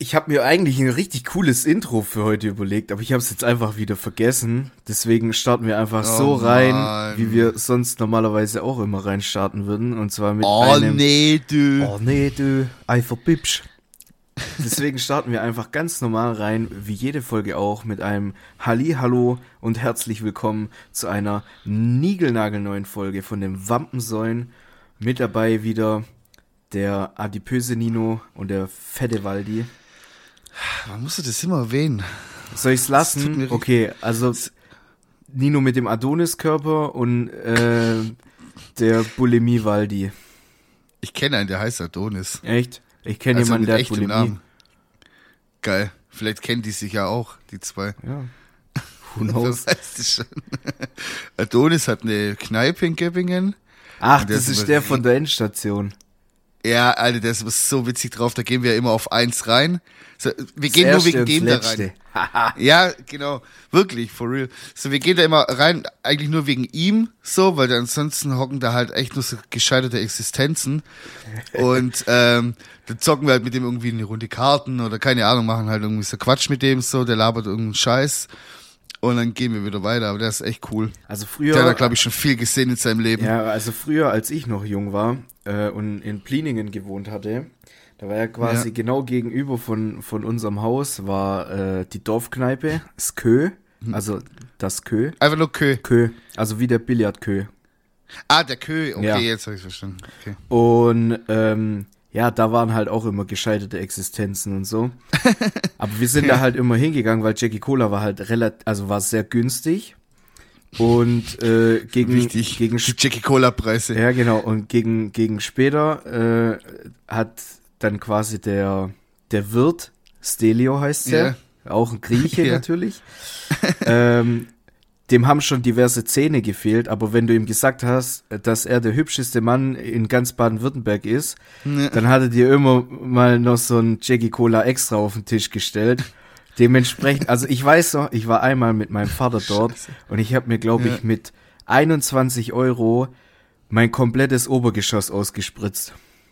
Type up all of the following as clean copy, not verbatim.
Ich habe mir eigentlich ein richtig cooles Intro für heute überlegt, aber ich habe es jetzt einfach wieder vergessen. Deswegen starten wir einfach so rein, Mann. wie wir sonst normalerweise auch immer reinstarten würden. Und zwar mit Oh nee, du, einfach Bibsch. Deswegen starten wir einfach ganz normal rein, wie jede Folge auch, mit einem Hallo und herzlich willkommen zu einer niegelnagelneuen Folge von dem Wampensäuen. Mit dabei wieder der adipöse Nino und der fette Waldi. Man muss das immer erwähnen. Soll ich's lassen? Okay, also Nino mit dem Adoniskörper und der Bulimie Waldi. Ich kenne einen, der heißt Adonis. Echt? Ich kenne Also jemanden, mit der hat echtem Bulimie. Namen. Geil. Vielleicht kennen die sich ja auch, die zwei. Ja. Who knows? Das heißt es schon. Adonis hat eine Kneipe in Göppingen. Ach, Und der das ist ist über- der von der Endstation. Ja, Alter, der ist so witzig drauf, da gehen wir ja immer auf 1 rein. So, wir gehen nur wegen dem da rein. Ja, genau, wirklich, for real. So, wir gehen da immer rein, eigentlich nur wegen ihm, so, weil ansonsten hocken da halt echt nur so gescheiterte Existenzen. Und dann zocken wir halt mit dem irgendwie eine Runde Karten oder keine Ahnung, machen halt irgendwie so Quatsch mit dem, so, der labert irgendeinen Scheiß. Und dann gehen wir wieder weiter, aber der ist echt cool. Also früher. Der hat, glaube ich, schon viel gesehen in seinem Leben. Ja, also früher, als ich noch jung war und in Pliningen gewohnt hatte, da war ja quasi genau gegenüber von unserem Haus war die Dorfkneipe, das Kö, also das Kö. Einfach nur Kö. Kö, also wie der Billardkö. Ah, der Kö, okay, Ja. jetzt habe ich verstanden. Okay. Und ja, da waren halt auch immer gescheiterte Existenzen und so. Aber wir sind da halt immer hingegangen, weil Jackie Cola war halt war sehr günstig. Und gegen Wichtig, gegen die Jackie Cola Preise. ja, genau. Und gegen später hat dann quasi der Wirt, Stelio heißt der, auch ein Grieche Ja. natürlich, dem haben schon diverse Zähne gefehlt, aber wenn du ihm gesagt hast, dass er der hübscheste Mann in ganz Baden-Württemberg ist, dann hat er dir immer mal noch so ein Jackie Cola extra auf den Tisch gestellt. Dementsprechend, also ich weiß noch, ich war einmal mit meinem Vater dort und ich habe mir, glaube ich, mit 21 € mein komplettes Obergeschoss ausgespritzt.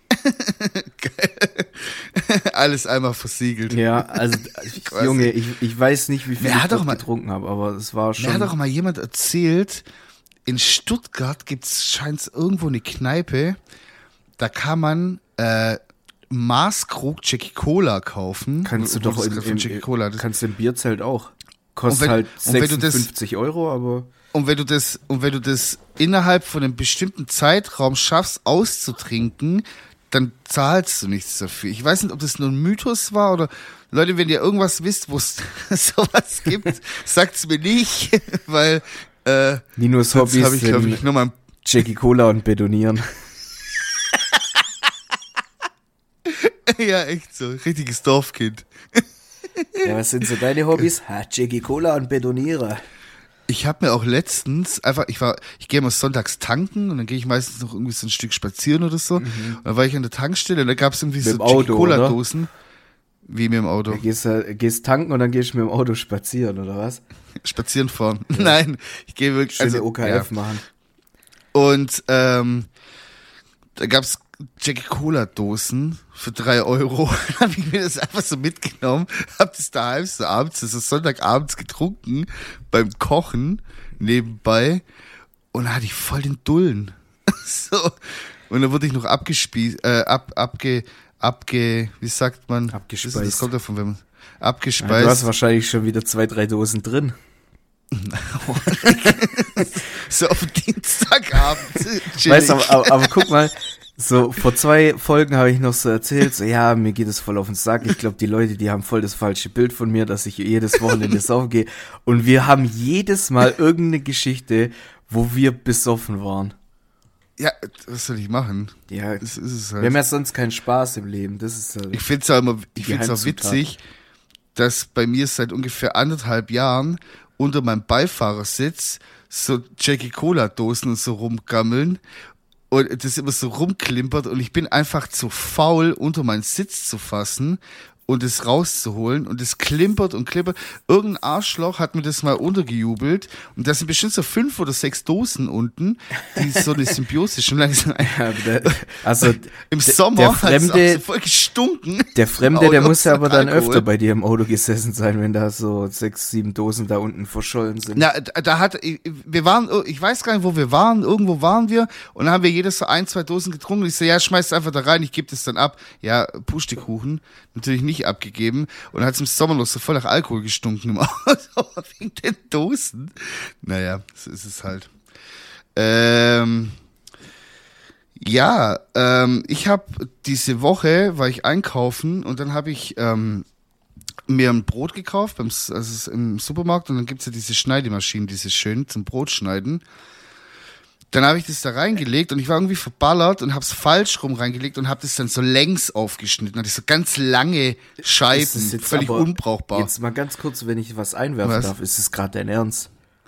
Alles einmal versiegelt. Ja, also Quasi. Junge, ich weiß nicht, wie viel Wer ich hat doch dort mal- getrunken habe, aber es war Mir schon... hat auch mal jemand erzählt, in Stuttgart scheint's irgendwo eine Kneipe, da kann man Maßkrug Jackie Cola kaufen. Kannst du Obwohl doch das gerade von Jackie Cola. kannst du im Bierzelt auch. Kostet Und wenn- halt und wenn du das- 56 €, aber... Und wenn du das innerhalb von einem bestimmten Zeitraum schaffst auszutrinken, dann zahlst du nichts dafür. Ich weiß nicht, ob das nur ein Mythos war oder Leute, wenn ihr irgendwas wisst, wo es sowas gibt, sagt's mir nicht, weil Ninos sonst Hobbys habe ich, glaube sind ich, nochmal Jackie Cola und Betonieren. ja, echt so, richtiges Dorfkind. Ja, was sind so deine Hobbys? Jackie Cola und Betoniere. Ich habe mir auch letztens einfach, ich gehe immer sonntags tanken und dann gehe ich meistens noch irgendwie so ein Stück spazieren oder so. Und dann war ich an der Tankstelle und da gab es irgendwie so dem Auto, Jackie Cola Dosen. Wie mit dem Auto. Gehst tanken und dann gehst du mit dem Auto spazieren, oder was? Spazieren fahren. Nein, ich gehe wirklich. Schöne OKF ja. machen. Und da gab's Jackie Cola Dosen für 3 €. Dann habe ich mir das einfach so mitgenommen, hab das daheim so abends, also Sonntagabends getrunken, beim Kochen nebenbei und da hatte ich voll den Dullen. So. Und dann wurde ich noch wie sagt man? Abgespeist. Das kommt davon, wenn man Ja, abgespeist. du hast wahrscheinlich schon wieder 2, 3 Dosen drin. So auf Dienstagabend. Weißt du, aber guck mal, so vor 2 Folgen habe ich noch so erzählt, so ja, mir geht es voll auf den Sack. Ich glaube, die Leute, die haben voll das falsche Bild von mir, dass ich jedes Wochenende saufen gehe. Und wir haben jedes Mal irgendeine Geschichte, wo wir besoffen waren. Ja, was soll ich machen? Ja, Das ist es halt. wir haben ja sonst keinen Spaß im Leben. Das ist Ich find's auch immer, ich find's auch Geheimzutat. witzig, dass bei mir seit ungefähr 1,5 Jahren unter meinem Beifahrersitz so Jackie Cola Dosen und so rumgammeln und das immer so rumklimpert und ich bin einfach zu faul, unter meinen Sitz zu fassen und es rauszuholen und es klimpert und klimpert. Irgendein Arschloch hat mir das mal untergejubelt und da sind bestimmt so 5 oder 6 Dosen unten, die so eine Symbiose schon langsam also im Sommer hat es auch so voll gestunken. Der Fremde, der muss ja aber dann öfter bei dir im Auto gesessen sein, wenn da so 6, 7 Dosen da unten verschollen sind. Na, ich weiß gar nicht, wo wir waren, irgendwo waren wir und dann haben wir jedes so 1, 2 Dosen getrunken und ich so, ja, schmeiß einfach da rein, ich gebe das dann ab. Ja, Pustekuchen, natürlich nicht abgegeben und dann hat es im Sommer noch so voll nach Alkohol gestunken im Auto, wegen den Dosen. Naja, so ist es halt. Ich habe diese Woche, war ich einkaufen und dann habe ich mir ein Brot gekauft im Supermarkt und dann gibt's ja diese Schneidemaschinen, diese schön zum Brotschneiden. Dann habe ich das da reingelegt und ich war irgendwie verballert und habe es falsch rum reingelegt und habe das dann so längs aufgeschnitten. Hatte so ganz lange Scheiben, völlig unbrauchbar. Jetzt mal ganz kurz, wenn ich was einwerfen darf, ist es gerade dein Ernst?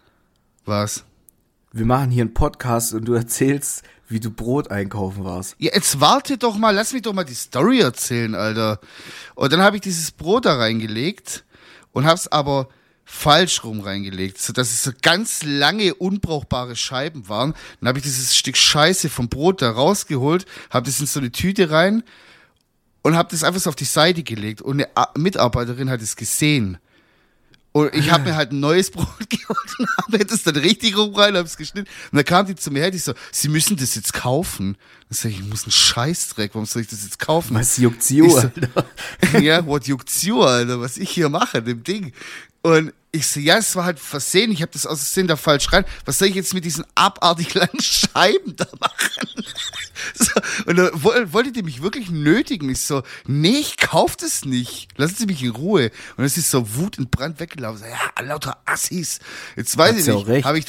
Was? Wir machen hier einen Podcast und du erzählst, wie du Brot einkaufen warst. Ja, jetzt warte doch mal, lass mich doch mal die Story erzählen, Alter. Und dann habe ich dieses Brot da reingelegt und habe es aber falsch rum reingelegt, sodass es so ganz lange unbrauchbare Scheiben waren. Dann habe ich dieses Stück Scheiße vom Brot da rausgeholt, habe das in so eine Tüte rein und habe das einfach so auf die Seite gelegt. Und eine Mitarbeiterin hat es gesehen. Und ich habe mir halt ein neues Brot geholt und habe das dann richtig rum rein, habe es geschnitten. Und dann kam die zu mir her, die so, Sie müssen das jetzt kaufen. Dann sag ich muss einen Scheißdreck, warum soll ich das jetzt kaufen? Was juckt's you, Alter? Ja, what juckt's you, Alter, was ich hier mache, dem Ding. Und ich so, ja, es war halt versehen, ich habe das aus Versehen da falsch rein. Was soll ich jetzt mit diesen abartig langen Scheiben da machen? So, und da wollte die mich wirklich nötigen. Ich so, nee, ich kauf das nicht. Lassen Sie mich in Ruhe. Und es ist so Wut und Brand weggelaufen. So, ja, lauter Assis. Jetzt weiß ich nicht, habe ich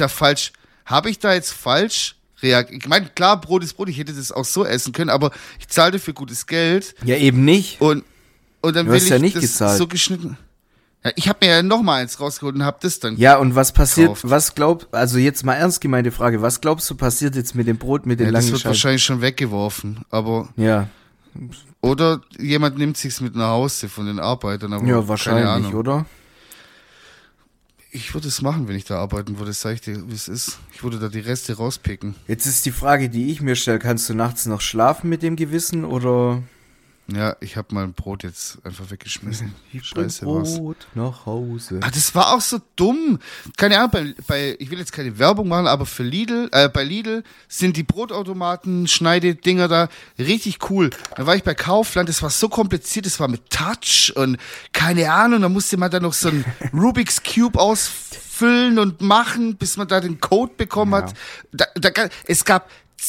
da jetzt falsch reagiert? Ich meine, klar, Brot ist Brot, ich hätte das auch so essen können, aber ich zahle dafür gutes Geld. Ja, eben nicht. Und dann will ich ja nicht das gezahlt. So geschnitten. Ja, ich habe mir ja noch mal eins rausgeholt und habe das dann Ja, und was passiert, also jetzt mal ernst gemeinte Frage, was glaubst du passiert jetzt mit dem Brot, mit den langen Scheiben? Das wird wahrscheinlich schon weggeworfen, aber... Ja. Oder jemand nimmt sich's mit nach Hause von den Arbeitern, aber ja, wahrscheinlich, keine Ahnung. Oder? Ich würde es machen, wenn ich da arbeiten würde, sag ich dir, wie es ist. Ich würde da die Reste rauspicken. Jetzt ist die Frage, die ich mir stelle, kannst du nachts noch schlafen mit dem Gewissen, oder... Ja, ich habe mein Brot jetzt einfach weggeschmissen. Ich bring Brot nach Hause. Das war auch so dumm. Keine Ahnung, ich will jetzt keine Werbung machen, aber für bei Lidl sind die Brotautomaten, Schneidedinger da richtig cool. Da war ich bei Kaufland, das war so kompliziert, das war mit Touch und keine Ahnung, da musste man da noch so einen Rubik's Cube ausfüllen und machen, bis man da den Code bekommen hat. Es gab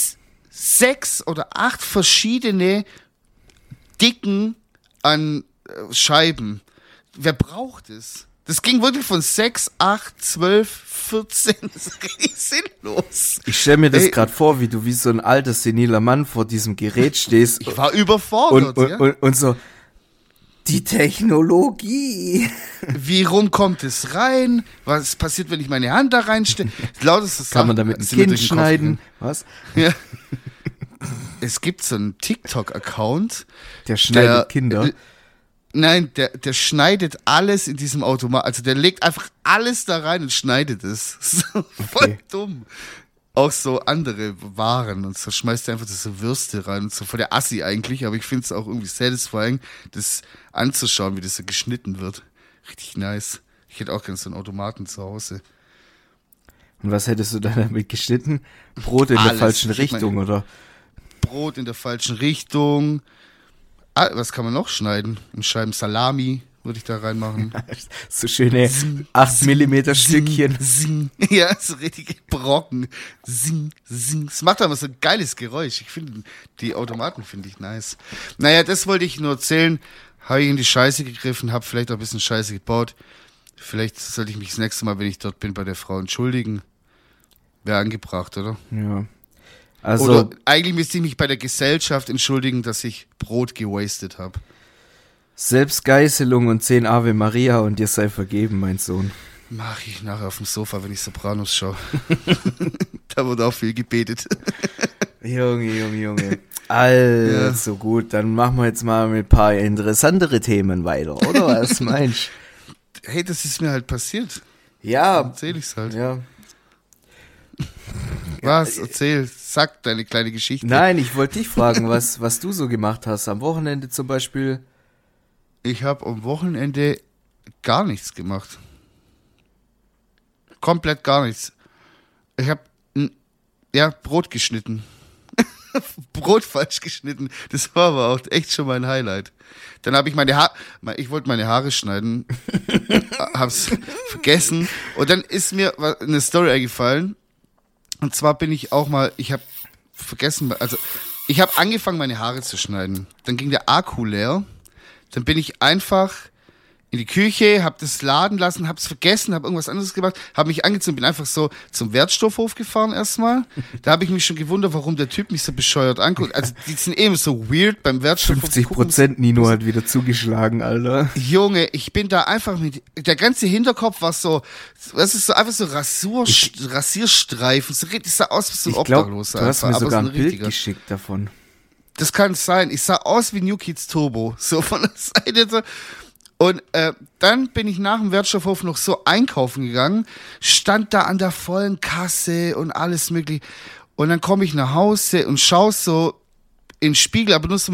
6 oder 8 verschiedene Dicken an Scheiben. Wer braucht es? Das ging wirklich von 6, 8, 12, 14. Das ist richtig sinnlos. Ich stelle mir das gerade vor, wie du wie so ein alter, seniler Mann vor diesem Gerät stehst. Ich war überfordert. Und so, die Technologie. Wie rum kommt es rein? Was passiert, wenn ich meine Hand da reinstelle? Kann man damit ein Kind schneiden? Was? Ja. Es gibt so einen TikTok-Account. Der schneidet Kinder. Nein, der schneidet alles in diesem Automat. Also der legt einfach alles da rein und schneidet es. So voll dumm. Auch so andere Waren und so schmeißt er einfach diese Würste rein und so voll der Assi eigentlich. Aber ich finde es auch irgendwie satisfying, das anzuschauen, wie das so geschnitten wird. Richtig nice. Ich hätte auch gerne so einen Automaten zu Hause. Und was hättest du da damit geschnitten? Brot in der falschen Richtung, oder? Brot in der falschen Richtung. Was kann man noch schneiden? In Scheiben Salami würde ich da reinmachen. So schöne 8 mm Stückchen. Ja, so richtige Brocken. Das macht aber so ein geiles Geräusch. Ich finde, die Automaten finde ich nice. Naja, das wollte ich nur erzählen. Habe ich in die Scheiße gegriffen, habe vielleicht auch ein bisschen Scheiße gebaut. Vielleicht sollte ich mich das nächste Mal, wenn ich dort bin, bei der Frau entschuldigen. Wäre angebracht, oder? Ja. Also, oder eigentlich müsste ich mich bei der Gesellschaft entschuldigen, dass ich Brot gewastet habe. Selbstgeißelung und 10 Ave Maria und dir sei vergeben, mein Sohn. Mach ich nachher auf dem Sofa, wenn ich Sopranos schaue. Da wurde auch viel gebetet. Junge. Also gut, dann machen wir jetzt mal mit ein paar interessantere Themen weiter, oder? Was meinst du? Hey, das ist mir halt passiert. Ja. Dann erzähl ich's halt. Ja. Was? Erzähl, sag deine kleine Geschichte. Nein, ich wollte dich fragen, was du so gemacht hast. Am Wochenende zum Beispiel. Ich habe am Wochenende gar nichts gemacht. Komplett gar nichts. Ich habe Brot geschnitten. Brot falsch geschnitten. Das war aber auch echt schon mein Highlight. Dann habe ich ich wollte meine Haare schneiden, hab's vergessen und dann ist mir eine Story eingefallen. Und zwar ich habe vergessen, also ich habe angefangen meine Haare zu schneiden. Dann ging der Akku leer. Dann bin ich einfach in die Küche, hab das laden lassen, hab's vergessen, hab irgendwas anderes gemacht, hab mich angezogen, bin einfach so zum Wertstoffhof gefahren erstmal. Da habe ich mich schon gewundert, warum der Typ mich so bescheuert anguckt. Also die sind eben so weird beim Wertstoffhof. 50% Nino hat wieder zugeschlagen, Alter. Junge, ich bin da einfach der ganze Hinterkopf war so, das ist so einfach so Rasierstreifen, so richtig sah aus wie so ein Obdachloser. Du hast mir sogar so ein Bild geschickt davon. Das kann sein. Ich sah aus wie New Kids Turbo, so von der Seite so. Und dann bin ich nach dem Wertstoffhof noch so einkaufen gegangen, stand da an der vollen Kasse und alles mögliche. Und dann komme ich nach Hause und schaue so in den Spiegel, aber nur so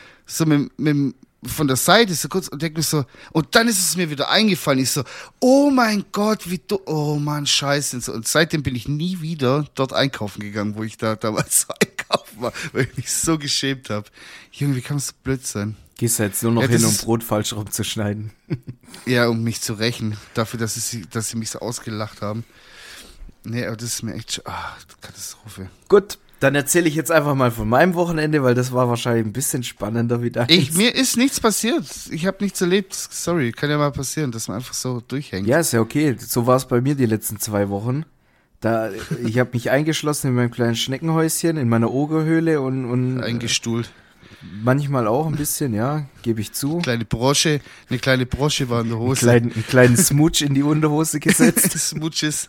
von der Seite so kurz und denke mir so, und dann ist es mir wieder eingefallen. Ich so, oh mein Gott, oh Mann, scheiße. Und seitdem bin ich nie wieder dort einkaufen gegangen, wo ich da damals einkaufen war, weil ich mich so geschämt habe. Junge, wie kann man so blöd sein? Gehst jetzt nur noch hin, um Brot falsch rumzuschneiden. Ja, um mich zu rächen. Dafür, dass sie mich so ausgelacht haben. Nee, aber das ist mir echt Katastrophe. Gut, dann erzähle ich jetzt einfach mal von meinem Wochenende, weil das war wahrscheinlich ein bisschen spannender wie deins. Mir ist nichts passiert. Ich habe nichts erlebt. Sorry, kann ja mal passieren, dass man einfach so durchhängt. Ja, ist ja okay. So war es bei mir die letzten 2 Wochen. Ich habe mich eingeschlossen in meinem kleinen Schneckenhäuschen, in meiner Ogerhöhle und eingestuhlt. Manchmal auch ein bisschen, ja, gebe ich zu. Eine kleine Brosche war in der Hose. Einen kleinen Smooch in die Unterhose gesetzt. Smooches.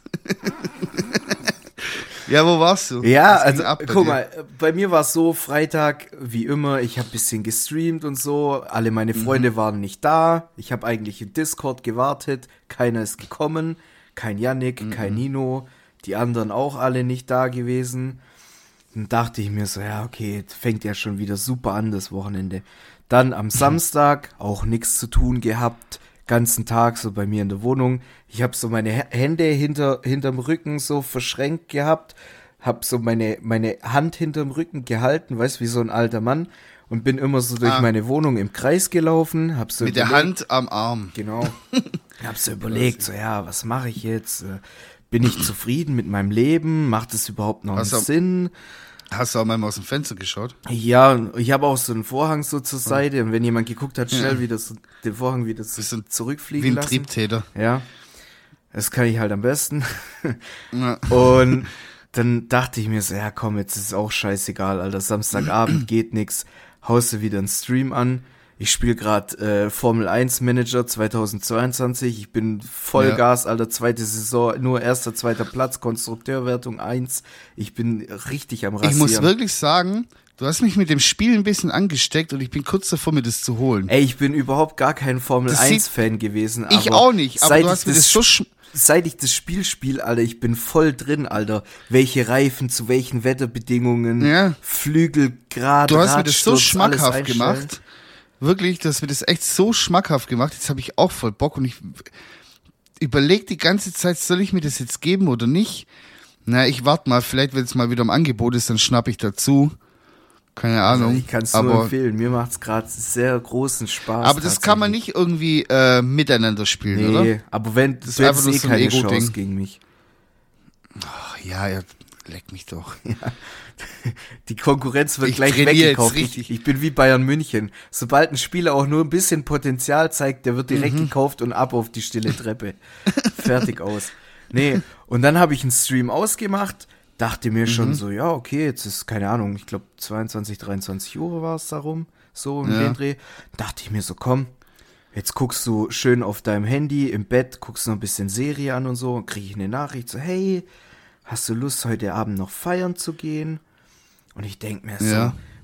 Ja, wo warst du? Ja, also guck mal, bei mir war es so, Freitag, wie immer, ich habe ein bisschen gestreamt und so, alle meine Freunde waren nicht da, ich habe eigentlich im Discord gewartet, keiner ist gekommen, kein Yannick, kein Nino, die anderen auch alle nicht da gewesen. Dann dachte ich mir so, ja, okay, fängt ja schon wieder super an, das Wochenende. Dann am Samstag auch nichts zu tun gehabt, ganzen Tag so bei mir in der Wohnung. Ich habe so meine Hände hinterm Rücken so verschränkt gehabt, habe so meine Hand hinterm Rücken gehalten, weißt, wie so ein alter Mann und bin immer so durch meine Wohnung im Kreis gelaufen. Hab so mit der Hand am Arm. Genau. Hab so überlegt, so ja, was mache ich jetzt? Bin ich zufrieden mit meinem Leben? Macht es überhaupt noch einen Sinn? Hast du auch mal aus dem Fenster geschaut? Ja, ich habe auch so einen Vorhang so zur Seite und wenn jemand geguckt hat, schnell wieder so den Vorhang wieder so zurückfliegen lassen. Wie ein Triebtäter. Ja, das kann ich halt am besten. Ja. Und dann dachte ich mir so, ja komm, jetzt ist es auch scheißegal, Alter, Samstagabend geht nix, haust du wieder einen Stream an. Ich spiele gerade Formel 1 Manager 2022. Ich bin Vollgas, Alter, 2. Saison, nur 1., 2. Platz, Konstrukteurwertung 1. Ich bin richtig am Rasieren. Ich muss wirklich sagen, du hast mich mit dem Spiel ein bisschen angesteckt und ich bin kurz davor, mir das zu holen. Ey, ich bin überhaupt gar kein Formel 1 Fan gewesen. Ich auch nicht, aber du hast mir das so seit ich das Spiel spiele, Alter, ich bin voll drin, Alter. Welche Reifen, zu welchen Wetterbedingungen, Flügelgrad, du hast mir das so schmackhaft gemacht. Wirklich, du hast mir das echt so schmackhaft gemacht. Jetzt habe ich auch voll Bock und ich überlege die ganze Zeit, soll ich mir das jetzt geben oder nicht? Na, ich warte mal, vielleicht, wenn es mal wieder im Angebot ist, dann schnapp ich dazu. Keine Ahnung. Also ich kann es nur empfehlen. Mir macht es gerade sehr großen Spaß. Aber das kann man nicht irgendwie miteinander spielen, oder? Nee, aber wenn das ist einfach so keine Chance gegen mich. Ach, ja, leck mich doch. Ja. Die Konkurrenz wird gleich weggekauft. Ich bin wie Bayern München. Sobald ein Spieler auch nur ein bisschen Potenzial zeigt, der wird direkt gekauft und ab auf die stille Treppe. Fertig aus. Nee, und dann habe ich einen Stream ausgemacht, dachte mir schon so, ja, okay, jetzt ist, keine Ahnung, ich glaube 22, 23 Uhr war es darum, so im den Dreh. Dachte ich mir so, komm, jetzt guckst du schön auf deinem Handy im Bett, guckst noch ein bisschen Serie an und so, und kriege ich eine Nachricht so, hey, hast du Lust, heute Abend noch feiern zu gehen? Und ich denk mir so,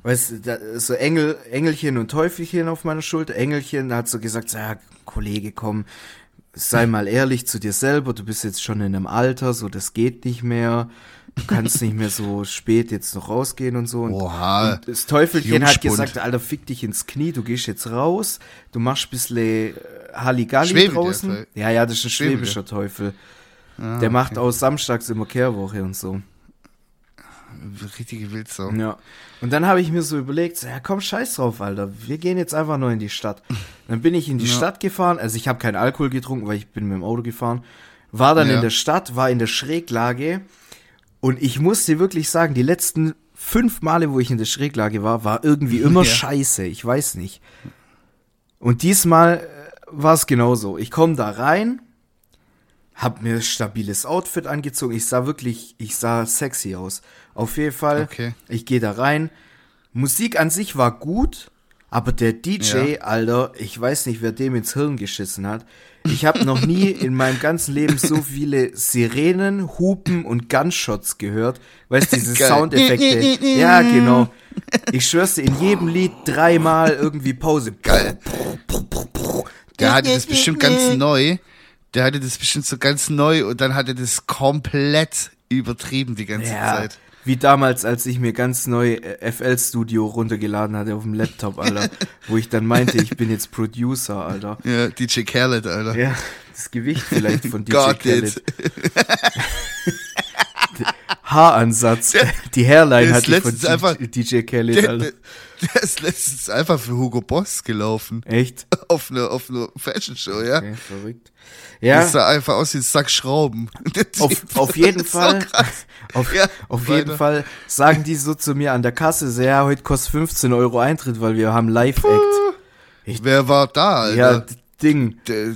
weißt du, so Engelchen und Teufelchen auf meiner Schulter. Engelchen hat so gesagt, ja, Kollege, komm, sei mal ehrlich zu dir selber, du bist jetzt schon in einem Alter, so, das geht nicht mehr. Du kannst nicht mehr so spät jetzt noch rausgehen und so. Oha. Und das Teufelchen hat gesagt, Alter, fick dich ins Knie, du gehst jetzt raus, du machst ein bisschen Halligalli draußen. Ja, das ist ein schwäbischer Teufel. Der macht auch samstags immer Kehrwoche und so. Richtige Wildsau. Ja. Und dann habe ich mir so überlegt, ja komm, scheiß drauf, Alter, wir gehen jetzt einfach nur in die Stadt. Dann bin ich in die Stadt gefahren, also ich habe keinen Alkohol getrunken, weil ich bin mit dem Auto gefahren. War dann in der Stadt, war in der Schräglage. Und ich muss dir wirklich sagen, die letzten 5 Male, wo ich in der Schräglage war irgendwie immer scheiße. Ich weiß nicht. Und diesmal war es genauso. Ich komme da rein, hab mir ein stabiles Outfit angezogen. Ich sah sexy aus. Auf jeden Fall, ich gehe da rein. Musik an sich war gut, aber der DJ, Alter, ich weiß nicht, wer dem ins Hirn geschissen hat. Ich habe noch nie in meinem ganzen Leben so viele Sirenen, Hupen und Gunshots gehört. Weißt du, diese Soundeffekte. Ja, genau. Ich schwör's dir, in jedem Lied 3-mal irgendwie Pause. Geil. Der hatte das bestimmt ganz neu. Der hatte das bestimmt so ganz neu und dann hat er das komplett übertrieben die ganze Zeit. Wie damals, als ich mir ganz neu FL Studio runtergeladen hatte auf dem Laptop, Alter. Wo ich dann meinte, ich bin jetzt Producer, Alter. Ja, DJ Khaled, Alter. Ja, das Gewicht vielleicht von DJ Khaled. Haaransatz. Die Hairline hatte ich von DJ Khaled, Alter. Der ist letztens einfach für Hugo Boss gelaufen. Echt? Auf eine Fashion Show, ja. Okay, verrückt. Ja. Das sah einfach aus wie ein Sack Schrauben. Auf jeden Fall. Auf jeden Fall sagen die so zu mir an der Kasse, so, ja, heute kostet 15 Euro Eintritt, weil wir haben Live-Act. Wer war da, Alter? Ja, Ding.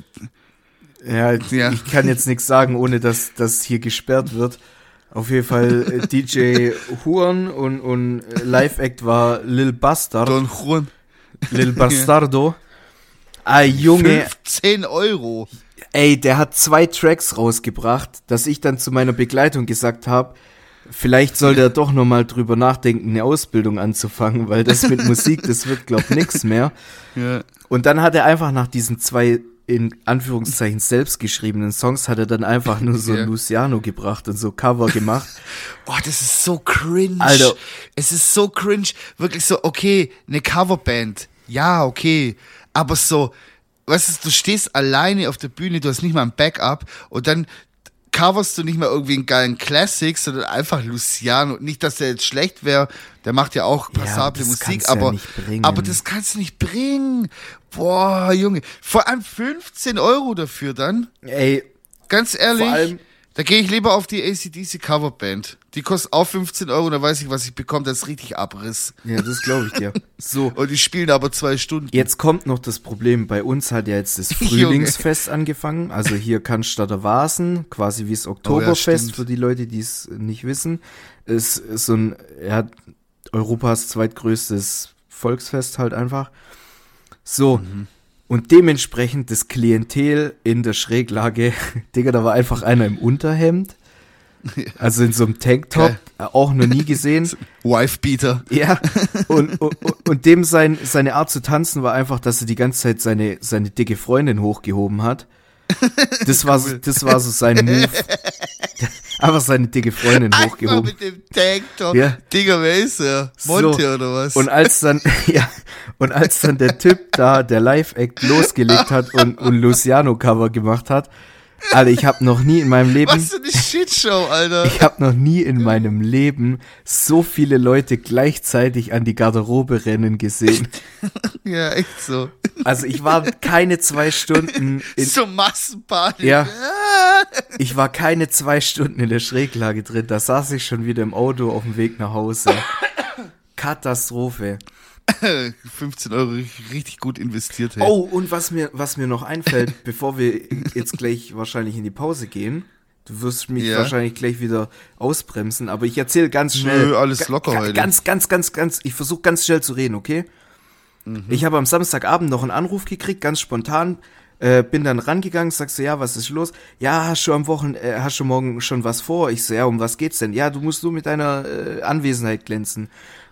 Ich kann jetzt nichts sagen, ohne dass das hier gesperrt wird. Auf jeden Fall DJ Juan und Live-Act war Lil Bastard. Don Juan. Lil Bastardo. Junge. 15 Euro. Ey, der hat 2 Tracks rausgebracht, dass ich dann zu meiner Begleitung gesagt habe, vielleicht soll der doch nochmal drüber nachdenken, eine Ausbildung anzufangen, weil das mit Musik, das wird, glaub, nix mehr. Ja. Und dann hat er einfach nach diesen 2, in Anführungszeichen, selbstgeschriebenen Songs, hat er dann einfach nur so Luciano gebracht und so Cover gemacht. Oh, das ist so cringe. Alter. Es ist so cringe. Wirklich so, okay, eine Coverband. Ja, okay. Aber so, weißt du, du stehst alleine auf der Bühne, du hast nicht mal ein Backup und dann coverst du nicht mal irgendwie einen geilen Classic, sondern einfach Luciano. Nicht, dass der jetzt schlecht wäre, der macht ja auch passable Musik, aber das kannst du nicht bringen. Boah, Junge. Vor allem 15 Euro dafür dann. Ey. Ganz ehrlich, da gehe ich lieber auf die AC/DC Coverband. Die kostet auch 15 Euro, da weiß ich, was ich bekomme, das ist richtig Abriss. Ja, das glaube ich dir. So. Und die spielen aber 2 Stunden. Jetzt kommt noch das Problem, bei uns hat ja jetzt das Frühlingsfest angefangen, also hier Cannstatter Wasen, quasi wie das Oktoberfest, für die Leute, die es nicht wissen. Ist so Europas zweitgrößtes Volksfest halt einfach. So. Und dementsprechend das Klientel in der Schräglage, Digga, da war einfach einer im Unterhemd. Also in so einem Tanktop, auch noch nie gesehen. Wifebeater. Ja, und dem seine Art zu tanzen war einfach, dass er die ganze Zeit seine dicke Freundin hochgehoben hat. Das war so sein Move. Einfach seine dicke Freundin hochgehoben. Mit dem Tanktop. Ja. Digga, wer ist er? Monte so, oder was? Und als dann der Typ da, der Live-Act losgelegt hat und Luciano-Cover gemacht hat, Alter, ich habe noch nie in meinem Leben... Was für eine Shitshow, Alter. Ich habe noch nie in meinem Leben so viele Leute gleichzeitig an die Garderobe rennen gesehen. Ja, echt so. Also ich war keine 2 Stunden... So Massenparty. Ja. Ich war keine 2 Stunden in der Schräglage drin. Da saß ich schon wieder im Auto auf dem Weg nach Hause. Katastrophe. 15 Euro richtig gut investiert. Hey. Oh, und was mir noch einfällt, bevor wir jetzt gleich wahrscheinlich in die Pause gehen, du wirst mich wahrscheinlich gleich wieder ausbremsen, aber ich erzähle ganz schnell. Nö, alles locker heute. Ganz, ich versuche ganz schnell zu reden, okay? Ich habe am Samstagabend noch einen Anruf gekriegt, ganz spontan, bin dann rangegangen, sagst du, ja, was ist los? Ja, hast du morgen schon was vor? Ich so, ja, um was geht's denn? Ja, du musst nur mit deiner Anwesenheit glänzen.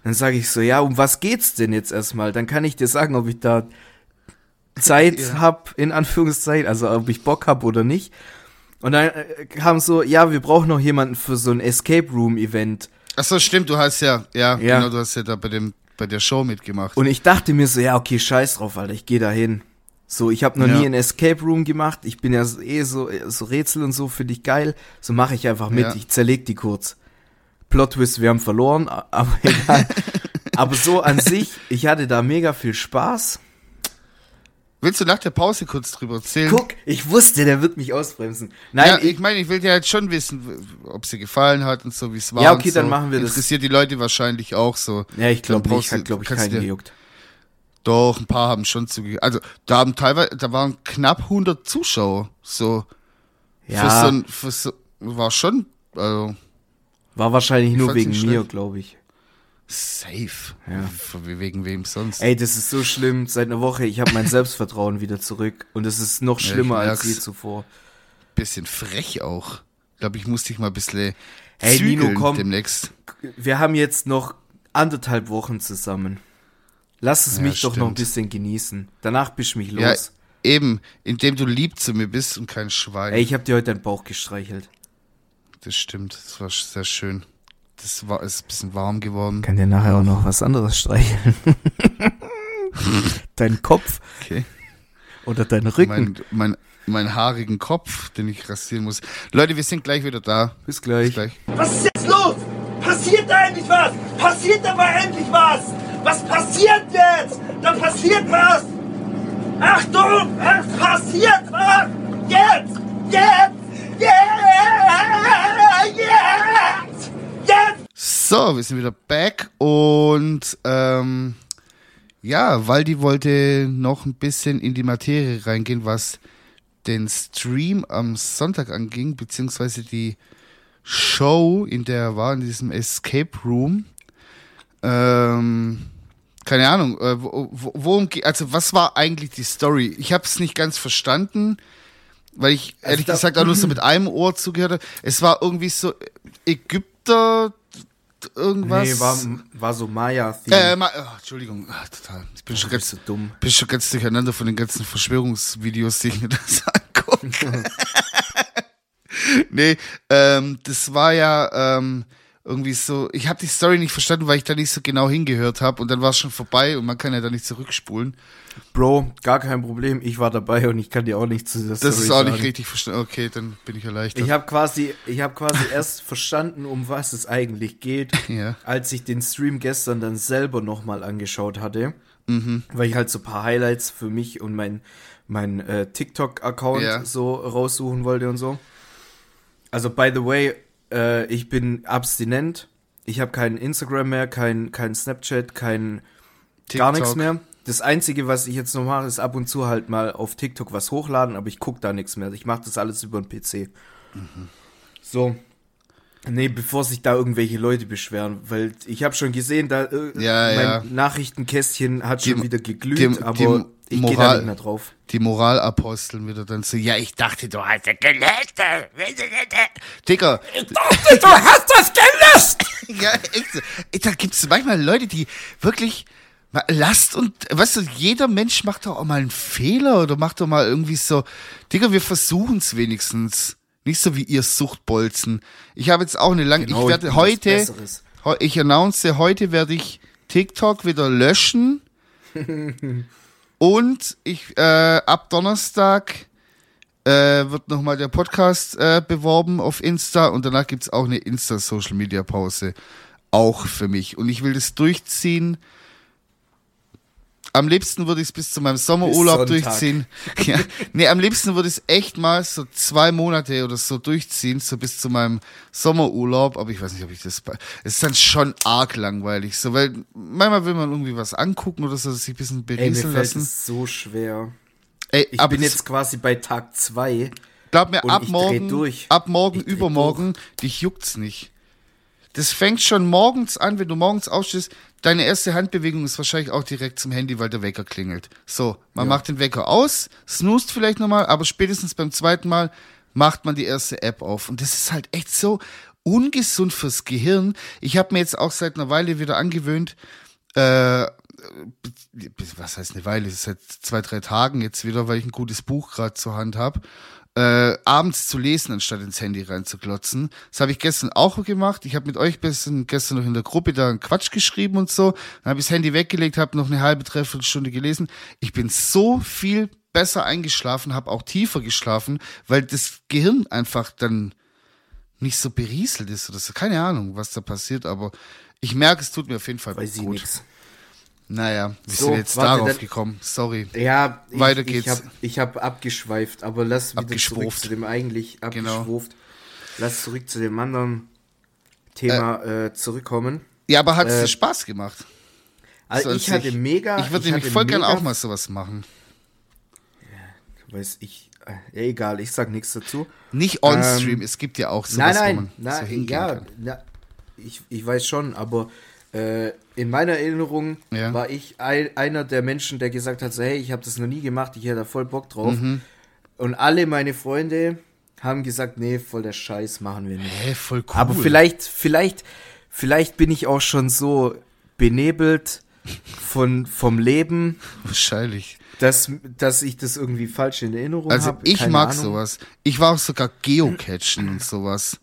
Dann sage ich so, ja, um was geht's denn jetzt erstmal? Dann kann ich dir sagen, ob ich da Zeit hab, in Anführungszeichen, also ob ich Bock hab oder nicht. Und dann kam so, ja, wir brauchen noch jemanden für so ein Escape Room Event. Ach so, stimmt, du hast genau, du hast ja da bei der Show mitgemacht. Und ich dachte mir so, ja, okay, scheiß drauf, Alter, ich gehe da hin. So, ich habe noch nie ein Escape Room gemacht. Ich bin ja so Rätsel und so, finde ich geil. So mache ich einfach mit. Ich zerleg die kurz. Plot Twist, wir haben verloren, aber egal. Aber so an sich, ich hatte da mega viel Spaß. Willst du nach der Pause kurz drüber erzählen? Guck, ich wusste, der wird mich ausbremsen. Nein, ja, ich meine, ich will dir halt schon wissen, ob sie gefallen hat und so, wie es war. Ja, okay, und dann so. machen wir das. Interessiert die Leute wahrscheinlich auch so. Ja, ich glaube nicht, hat, glaube ich, keinen gejuckt. Doch, ein paar haben schon zugehört. Also, da waren knapp 100 Zuschauer, so. Ja. War schon, also. War wahrscheinlich nur wegen mir, glaube ich. Safe. Ja. Wegen wem sonst? Ey, das ist so schlimm. Seit einer Woche, ich habe mein Selbstvertrauen wieder zurück. Und es ist noch schlimmer als je zuvor. Bisschen frech auch. Ich glaube, ich muss dich mal ein bisschen zügeln Nino, komm, demnächst. Wir haben jetzt noch 1,5 Wochen zusammen. Lass es mich doch noch ein bisschen genießen. Danach bist du mich los. Ja, eben, indem du lieb zu mir bist und kein Schwein. Ey, ich habe dir heute deinen Bauch gestreichelt. Das stimmt, das war sehr schön. Ist ein bisschen warm geworden. Kann dir nachher auch noch was anderes streicheln. Deinen Kopf. Okay. Oder deinen Rücken. Mein haarigen Kopf, den ich rasieren muss. Leute, wir sind gleich wieder da. Bis gleich. Was ist jetzt los? Passiert da endlich was? Passiert da mal endlich was? Was passiert jetzt? Da passiert was! Achtung! Es passiert was! Jetzt! So, wir sind wieder back und Waldi wollte noch ein bisschen in die Materie reingehen, was den Stream am Sonntag anging, beziehungsweise die Show, in der er war, in diesem Escape Room. Keine Ahnung, worum geht, also was war eigentlich die Story? Ich habe es nicht ganz verstanden, weil ich ehrlich gesagt auch nur so mit einem Ohr zugehört habe. Es war irgendwie so Ägypter, irgendwas. Nee, war so Maya. Entschuldigung, total. Ich bin schon ganz so dumm. Bin schon ganz durcheinander von den ganzen Verschwörungsvideos, die ich mir das angucke. Nee, das war ja irgendwie so, ich habe die Story nicht verstanden, weil ich da nicht so genau hingehört habe und dann war es schon vorbei und man kann ja da nicht zurückspulen. Bro, gar kein Problem, ich war dabei und ich kann dir auch nicht zu der Story Das ist auch nicht richtig verstanden. Okay, dann bin ich erleichtert. Ich habe quasi erst verstanden, um was es eigentlich geht, als ich den Stream gestern dann selber nochmal angeschaut hatte, weil ich halt so ein paar Highlights für mich und mein TikTok-Account so raussuchen wollte und so. Also, by the way, ich bin abstinent. Ich habe kein Instagram mehr, kein Snapchat, kein TikTok. Gar nichts mehr. Das Einzige, was ich jetzt noch mache, ist ab und zu halt mal auf TikTok was hochladen, aber ich gucke da nichts mehr. Ich mache das alles über den PC. So. Nee, bevor sich da irgendwelche Leute beschweren, weil ich habe schon gesehen, da mein Nachrichtenkästchen hat schon wieder geglüht, aber ich gehe da nicht mehr drauf. Die Moralaposteln wieder dann so, ja, ich dachte, du hast das gelöscht. Digga. Ich dachte, du hast das gelöscht. Ja, echt so. Da gibt's manchmal Leute, die wirklich lasst und, weißt du, jeder Mensch macht doch auch mal einen Fehler oder macht doch mal irgendwie so, Digga, wir versuchen's wenigstens. Nicht so wie ihr Suchtbolzen. Ich habe jetzt auch eine lange, ich werde heute, ich announce, heute werde ich TikTok wieder löschen. Und ich, ab Donnerstag wird nochmal der Podcast beworben auf Insta und danach gibt's auch eine Insta-Social-Media-Pause. Auch für mich. Und ich will das durchziehen. Am liebsten würde ich es bis zu meinem Sommerurlaub durchziehen. Ja. Nee, am liebsten würde ich es echt mal so 2 Monate oder so durchziehen, so bis zu meinem Sommerurlaub. Aber ich weiß nicht, ob ich das... Es ist dann schon arg langweilig, so, weil manchmal will man irgendwie was angucken oder so, sich ein bisschen berieseln lassen. Mir fällt es so schwer. Ich bin jetzt quasi bei Tag 2. Glaub mir, ab morgen, übermorgen, dich juckt's nicht. Das fängt schon morgens an, wenn du morgens aufstehst, deine erste Handbewegung ist wahrscheinlich auch direkt zum Handy, weil der Wecker klingelt. So, man macht den Wecker aus, snoozt vielleicht nochmal, aber spätestens beim zweiten Mal macht man die erste App auf. Und das ist halt echt so ungesund fürs Gehirn. Ich habe mir jetzt auch seit einer Weile wieder angewöhnt, was heißt eine Weile, seit 2-3 Tagen jetzt wieder, weil ich ein gutes Buch gerade zur Hand habe, abends zu lesen, anstatt ins Handy reinzuglotzen. Das habe ich gestern auch gemacht. Ich habe mit euch gestern noch in der Gruppe da einen Quatsch geschrieben und so. Dann habe ich das Handy weggelegt, habe noch eine halbe, dreiviertel Stunde gelesen. Ich bin so viel besser eingeschlafen, habe auch tiefer geschlafen, weil das Gehirn einfach dann nicht so berieselt ist oder so. Keine Ahnung, was da passiert, aber ich merke, es tut mir auf jeden Fall gut. Nix. Naja, wir sind jetzt darauf gekommen. Sorry. Ja, weiter geht's. Ich hab abgeschweift, aber lass wieder zurück zu dem eigentlich abgeschwuft. Genau. Lass zurück zu dem anderen Thema zurückkommen. Ja, aber hat es dir Spaß gemacht? Also ich hatte mega... Ich würde nämlich voll gern auch mal sowas machen. Ja, weiß ich... egal, ich sag nichts dazu. Nicht on-stream, es gibt ja auch sowas, wo man so hingehen kann. Ja, ich weiß schon, aber in meiner Erinnerung war ich einer der Menschen, der gesagt hat, so, hey, ich habe das noch nie gemacht, ich hätte da voll Bock drauf. Und alle meine Freunde haben gesagt, nee, voll der Scheiß, machen wir nicht. Voll cool. Aber vielleicht bin ich auch schon so benebelt vom Leben. Wahrscheinlich. Dass ich das irgendwie falsch in Erinnerung habe. Also ich mag sowas. Ich war auch sogar Geocachen und sowas.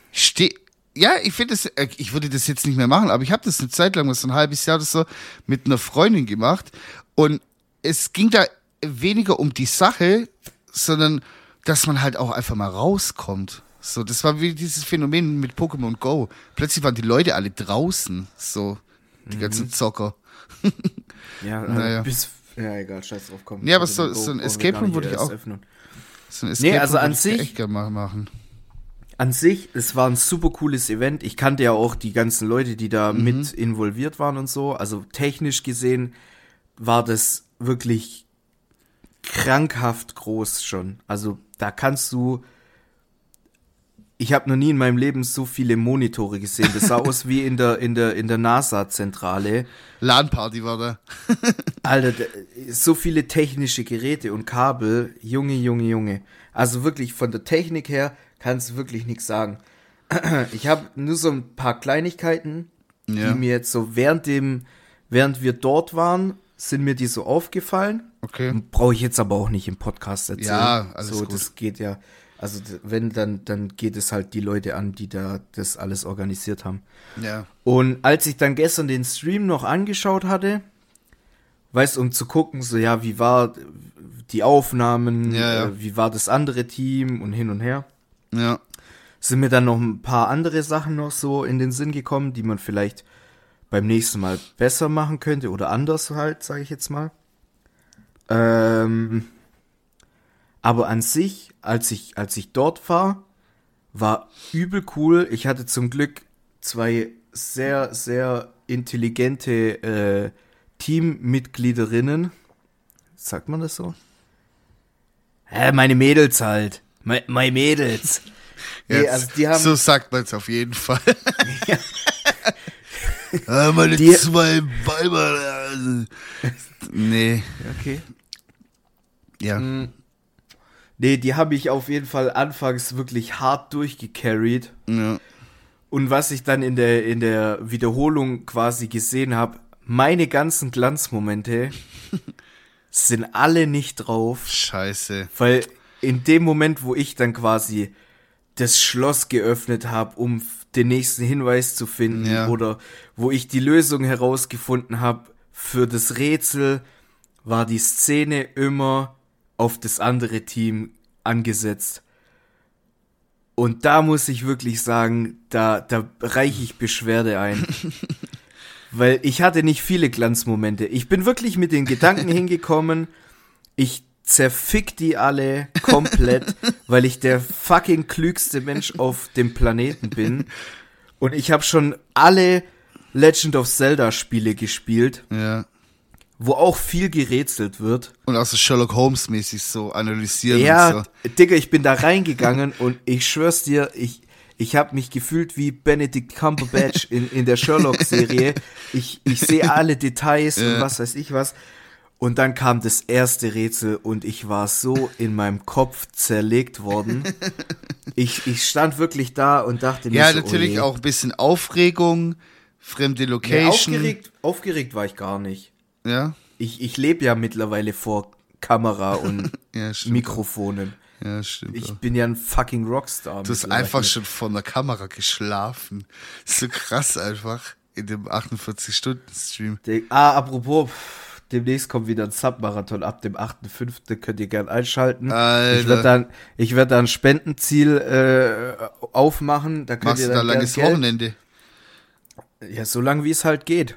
Ja, ich finde das, ich würde das jetzt nicht mehr machen, aber ich habe das eine Zeit lang, so ein halbes Jahr oder so, mit einer Freundin gemacht. Und es ging da weniger um die Sache, sondern dass man halt auch einfach mal rauskommt. So, das war wie dieses Phänomen mit Pokémon Go. Plötzlich waren die Leute alle draußen, so die ganzen Zocker. Ja, ja, egal, scheiß drauf, komm. Ja, aber so ein Escape Room würde ich auch. So ein Escape Room an sich echt gerne mal machen. An sich, es war ein super cooles Event. Ich kannte ja auch die ganzen Leute, die da mit involviert waren und so. Also technisch gesehen war das wirklich krankhaft groß schon. Also da kannst du... Ich habe noch nie in meinem Leben so viele Monitore gesehen. Das sah aus wie in der NASA-Zentrale. LAN-Party war da. Alter, so viele technische Geräte und Kabel. Junge. Also wirklich von der Technik her kannst du wirklich nichts sagen. Ich habe nur so ein paar Kleinigkeiten, die mir jetzt so während wir dort waren, sind mir die so aufgefallen. Okay. Brauche ich jetzt aber auch nicht im Podcast erzählen. Ja, alles so, gut. Das geht ja. Also wenn, dann geht es halt die Leute an, die da das alles organisiert haben. Ja. Und als ich dann gestern den Stream noch angeschaut hatte, weißt du, um zu gucken, so ja, wie war die Aufnahmen, wie war das andere Team und hin und her. Ja. Sind mir dann noch ein paar andere Sachen noch so in den Sinn gekommen, die man vielleicht beim nächsten Mal besser machen könnte oder anders halt, sage ich jetzt mal. Aber an sich, als ich dort war übel cool. Ich hatte zum Glück 2 sehr, sehr intelligente Teammitgliederinnen. Sagt man das so? Meine Mädels halt. Meine Mädels. Nee, also die haben, so sagt man es auf jeden Fall. Meine 2 Weiber. Nee. Okay. Ja. Nee, die habe ich auf jeden Fall anfangs wirklich hart durchgecarried. Ja. Und was ich dann in der Wiederholung quasi gesehen habe, meine ganzen Glanzmomente sind alle nicht drauf. Scheiße. Weil in dem Moment, wo ich dann quasi das Schloss geöffnet habe, um den nächsten Hinweis zu finden, oder wo ich die Lösung herausgefunden habe für das Rätsel, war die Szene immer auf das andere Team angesetzt. Und da muss ich wirklich sagen, da reiche ich Beschwerde ein. Weil ich hatte nicht viele Glanzmomente. Ich bin wirklich mit den Gedanken hingekommen, ich zerfick die alle komplett, weil ich der fucking klügste Mensch auf dem Planeten bin. Und ich habe schon alle Legend of Zelda Spiele gespielt. Ja. Wo auch viel gerätselt wird. Und auch so Sherlock Holmes mäßig so analysieren ja, und so. Digga, ich bin da reingegangen und ich schwör's dir, ich habe mich gefühlt wie Benedict Cumberbatch in der Sherlock-Serie. Ich sehe alle Details und was weiß ich was. Und dann kam das erste Rätsel und ich war so in meinem Kopf zerlegt worden. Ich stand wirklich da und dachte mir ja, natürlich auch ein bisschen Aufregung, fremde Location. Nee, aufgeregt war ich gar nicht. Ja? Ich lebe ja mittlerweile vor Kamera und ja, Mikrofonen. Auch. Ja, stimmt. Ich bin ja ein fucking Rockstar. Du hast einfach schon vor der Kamera geschlafen. So krass einfach in dem 48-Stunden-Stream. Apropos, demnächst kommt wieder ein Submarathon ab dem 8.5. Könnt ihr gern einschalten. Alter. Ich werde da ein Spendenziel aufmachen. Da könnt Machst ihr du da langes Wochenende? Ja, so lang wie es halt geht.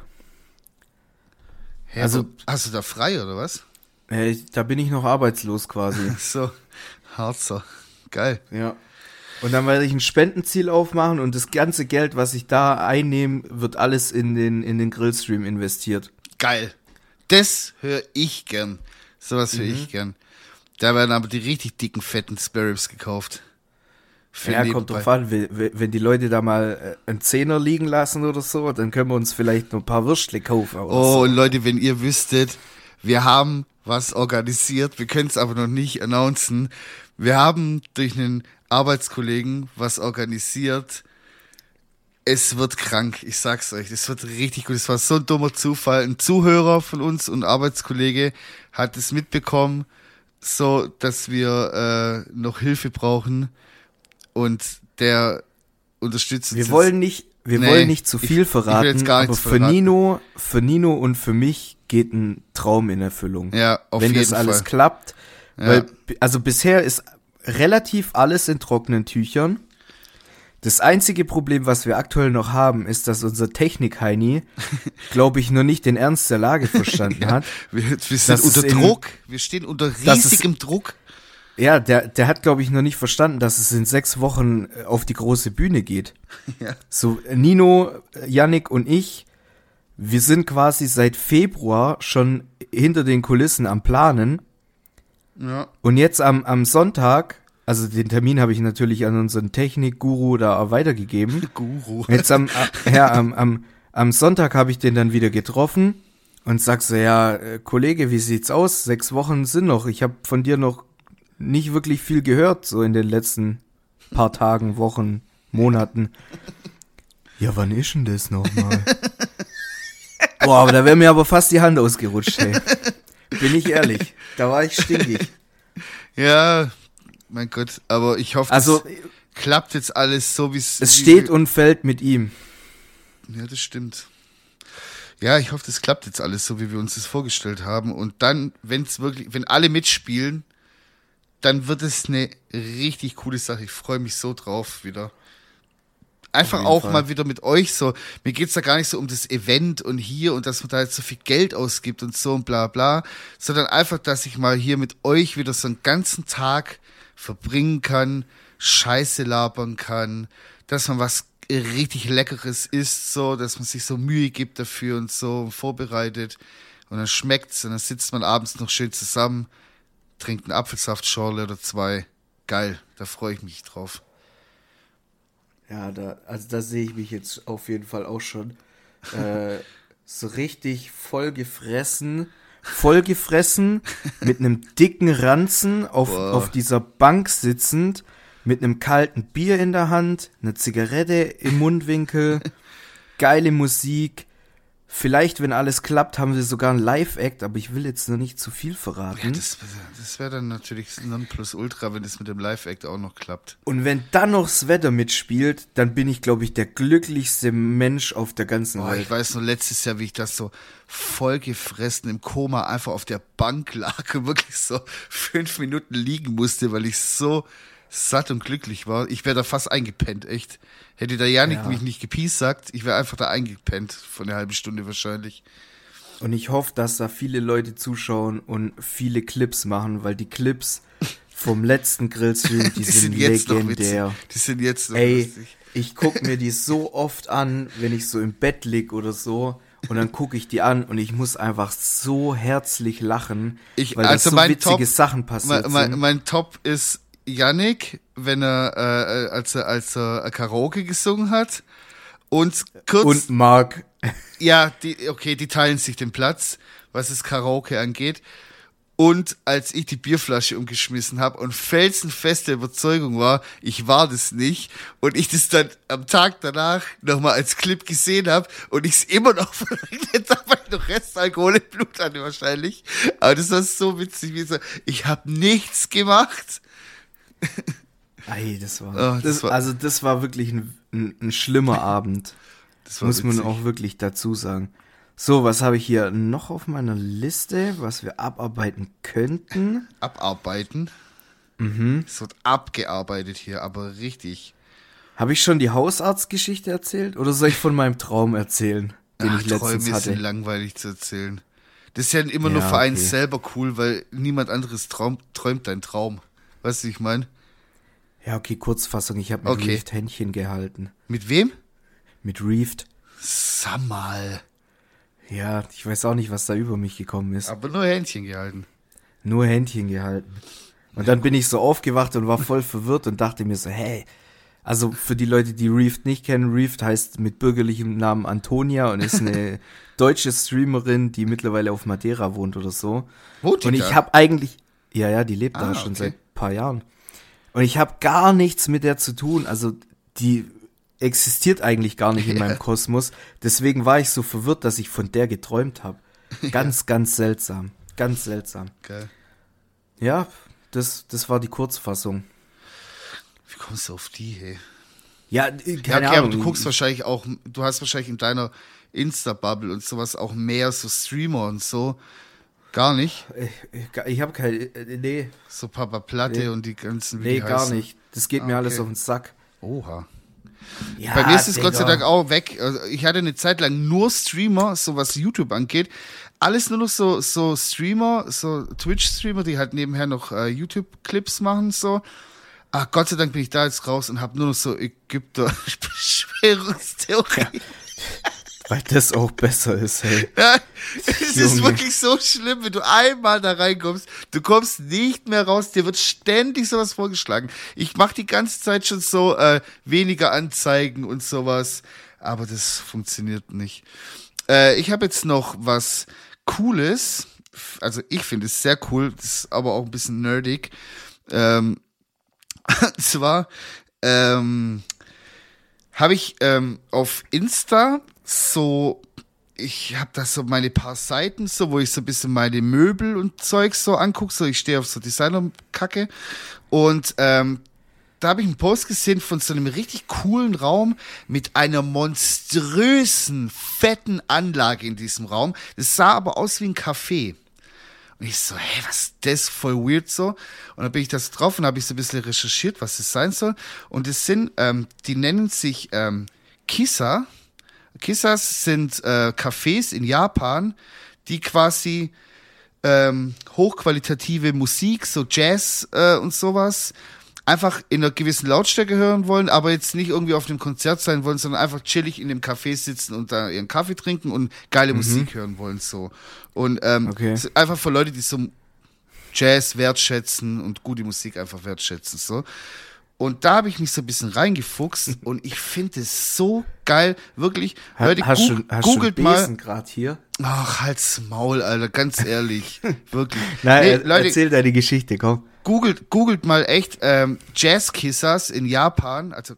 Hä, also hast du da frei oder was? Da bin ich noch arbeitslos quasi. So, Harzer. Geil. Ja. Und dann werde ich ein Spendenziel aufmachen und das ganze Geld, was ich da einnehme, wird alles in den Grillstream investiert. Geil. Das höre ich gern. Sowas höre ich gern. Da werden aber die richtig dicken, fetten Sparrows gekauft. Ja, kommt drauf an. Wenn die Leute da mal einen Zehner liegen lassen oder so, dann können wir uns vielleicht noch ein paar Würstle kaufen. Oder so. Und Leute, wenn ihr wüsstet, wir haben was organisiert, wir können es aber noch nicht announcen. Wir haben durch einen Arbeitskollegen was organisiert. Es wird krank, ich sag's euch, es wird richtig gut. Es war so ein dummer Zufall. Ein Zuhörer von uns und Arbeitskollege hat es mitbekommen, so dass wir noch Hilfe brauchen und der unterstützt uns. Wir wollen nicht zu viel verraten, ich will jetzt gar aber für Nino und für mich geht ein Traum in Erfüllung. Ja, auf jeden Fall. Wenn das alles klappt, weil also bisher ist relativ alles in trockenen Tüchern. Das einzige Problem, was wir aktuell noch haben, ist, dass unser Technik-Heini, glaube ich, noch nicht den Ernst der Lage verstanden hat. Wir sind unter Druck. Wir stehen unter riesigem Druck. Ja, der hat, glaube ich, noch nicht verstanden, dass es in 6 Wochen auf die große Bühne geht. Ja. So, Nino, Yannick und ich, wir sind quasi seit Februar schon hinter den Kulissen am Planen. Ja. Und jetzt am Sonntag, also den Termin habe ich natürlich an unseren Technik-Guru da weitergegeben. Guru. Jetzt am Sonntag habe ich den dann wieder getroffen und sag so, ja, Kollege, wie sieht's aus? 6 Wochen sind noch. Ich habe von dir noch nicht wirklich viel gehört, so in den letzten paar Tagen, Wochen, Monaten. Ja, wann ist denn das nochmal? Boah, aber da wäre mir aber fast die Hand ausgerutscht, hey. Bin ich ehrlich. Da war ich stinkig. Ja, mein Gott, aber ich hoffe, das klappt jetzt alles so, wie es... Es steht und fällt mit ihm. Ja, das stimmt. Ja, ich hoffe, das klappt jetzt alles so, wie wir uns das vorgestellt haben. Und dann, wenn alle mitspielen, dann wird es eine richtig coole Sache. Ich freue mich so drauf wieder. Einfach auch mal wieder mit euch so. Mir geht's da gar nicht so um das Event und hier und dass man da jetzt so viel Geld ausgibt und so und bla bla, sondern einfach, dass ich mal hier mit euch wieder so einen ganzen Tag verbringen kann, Scheiße labern kann, dass man was richtig Leckeres isst, so, dass man sich so Mühe gibt dafür und so vorbereitet und dann schmeckt's und dann sitzt man abends noch schön zusammen, trinkt eine Apfelsaftschorle oder 2. Geil, da freue ich mich drauf. Ja, da sehe ich mich jetzt auf jeden Fall auch schon so richtig vollgefressen mit einem dicken Ranzen auf dieser Bank sitzend, mit einem kalten Bier in der Hand, eine Zigarette im Mundwinkel, geile Musik. Vielleicht, wenn alles klappt, haben wir sogar einen Live-Act, aber ich will jetzt noch nicht zu viel verraten. Ja, das wäre dann natürlich Nonplusultra, wenn es mit dem Live-Act auch noch klappt. Und wenn dann noch das Wetter mitspielt, dann bin ich, glaube ich, der glücklichste Mensch auf der ganzen Welt. Ich weiß nur letztes Jahr, wie ich das so vollgefressen im Koma einfach auf der Bank lag und wirklich so 5 Minuten liegen musste, weil ich so satt und glücklich war. Ich wäre da fast eingepennt, echt. Hätte der Yannick mich nicht gepiesackt, ich wäre einfach da eingepennt von einer halben Stunde wahrscheinlich. Und ich hoffe, dass da viele Leute zuschauen und viele Clips machen, weil die Clips vom letzten Grillstream, die sind legendär. Die sind jetzt noch lustig. Ich gucke mir die so oft an, wenn ich so im Bett lieg oder so. Und dann gucke ich die an und ich muss einfach so herzlich lachen, weil da so witzige Sachen passiert sind. Mein Top ist Yannick, wenn er als er Karaoke gesungen hat Und Mark. Ja, die teilen sich den Platz, was das Karaoke angeht. Und als ich die Bierflasche umgeschmissen habe und felsenfeste Überzeugung war, ich war das nicht, und ich das dann am Tag danach nochmal als Clip gesehen habe und ich es immer noch verleugnet habe, weil ich noch Restalkohol im Blut hatte wahrscheinlich. Aber das war so witzig, wie so, ich habe nichts gemacht. Ey, das war wirklich ein schlimmer Abend. Das muss man auch wirklich dazu sagen. So, was habe ich hier noch auf meiner Liste, was wir abarbeiten könnten? Abarbeiten? Es wird abgearbeitet hier, aber richtig. Habe ich schon die Hausarztgeschichte erzählt? Oder soll ich von meinem Traum erzählen, den ich letztens hatte? Träume sind langweilig zu erzählen. Das ist ja immer nur für einen selber cool, weil niemand anderes träumt deinen Traum. Weißt du, wie ich meine? Ja, okay, Kurzfassung. Ich habe mit Reeft Händchen gehalten. Mit wem? Mit Reeft. Sag mal. Ja, ich weiß auch nicht, was da über mich gekommen ist. Aber nur Händchen gehalten. Nur Händchen gehalten. Und dann bin ich so aufgewacht und war voll verwirrt und dachte mir so, hey, also für die Leute, die Reeft nicht kennen, Reeft heißt mit bürgerlichem Namen Antonia und ist eine deutsche Streamerin, die mittlerweile auf Madeira wohnt oder so. Wohnt die und ich habe eigentlich, die lebt da schon seit ein paar Jahren. Und ich habe gar nichts mit der zu tun, also die existiert eigentlich gar nicht in meinem Kosmos. Deswegen war ich so verwirrt, dass ich von der geträumt habe. Ganz, ganz seltsam. Ganz seltsam. Geil. Ja, das war die Kurzfassung. Wie kommst du auf die, hey? Ja, keine Ahnung. Aber du guckst wahrscheinlich auch, du hast wahrscheinlich in deiner Insta-Bubble und sowas auch mehr so Streamer und so. Gar nicht? Ich habe keine, nee. So Papa Platte und die ganzen, wie die heißen. Gar nicht. Das geht mir alles auf den Sack. Oha. Ja, bei mir ist es Gott sei Dank auch weg. Also ich hatte eine Zeit lang nur Streamer, so was YouTube angeht. Alles nur noch so Streamer, so Twitch-Streamer, die halt nebenher noch YouTube-Clips machen, so. Ach, Gott sei Dank bin ich da jetzt raus und habe nur noch so Ägypter-Verschwörungstheorie. Ja, weil das auch besser ist, hey. Ja, es ist wirklich so schlimm, wenn du einmal da reinkommst, du kommst nicht mehr raus, dir wird ständig sowas vorgeschlagen. Ich mache die ganze Zeit schon so weniger Anzeigen und sowas, aber das funktioniert nicht. Ich habe jetzt noch was Cooles, also ich finde es sehr cool, das ist aber auch ein bisschen nerdig. Und zwar habe ich auf Insta so, ich habe da so meine paar Seiten, so, wo ich so ein bisschen meine Möbel und Zeugs so angucke, so ich stehe auf so Designer-Kacke und da habe ich einen Post gesehen von so einem richtig coolen Raum mit einer monströsen, fetten Anlage in diesem Raum. Das sah aber aus wie ein Café. Und ich so, hey, was ist das? Voll weird so. Und dann bin ich da so drauf und habe ich so ein bisschen recherchiert, was das sein soll. Und es sind, die nennen sich Kisa. Kisas sind Cafés in Japan, die quasi hochqualitative Musik, so Jazz und sowas, einfach in einer gewissen Lautstärke hören wollen, aber jetzt nicht irgendwie auf einem Konzert sein wollen, sondern einfach chillig in dem Café sitzen und da ihren Kaffee trinken und geile Musik hören wollen, so. Und einfach für Leute, die so Jazz wertschätzen und gute Musik einfach wertschätzen, so. Und da habe ich mich so ein bisschen reingefuchst und ich finde es so geil, wirklich. Leute, googelt mal. Grad hier? Ach, halt's Maul, Alter, ganz ehrlich, wirklich. Nein, Leute, erzähl deine Geschichte, komm. Googelt mal echt Jazzkissas in Japan, also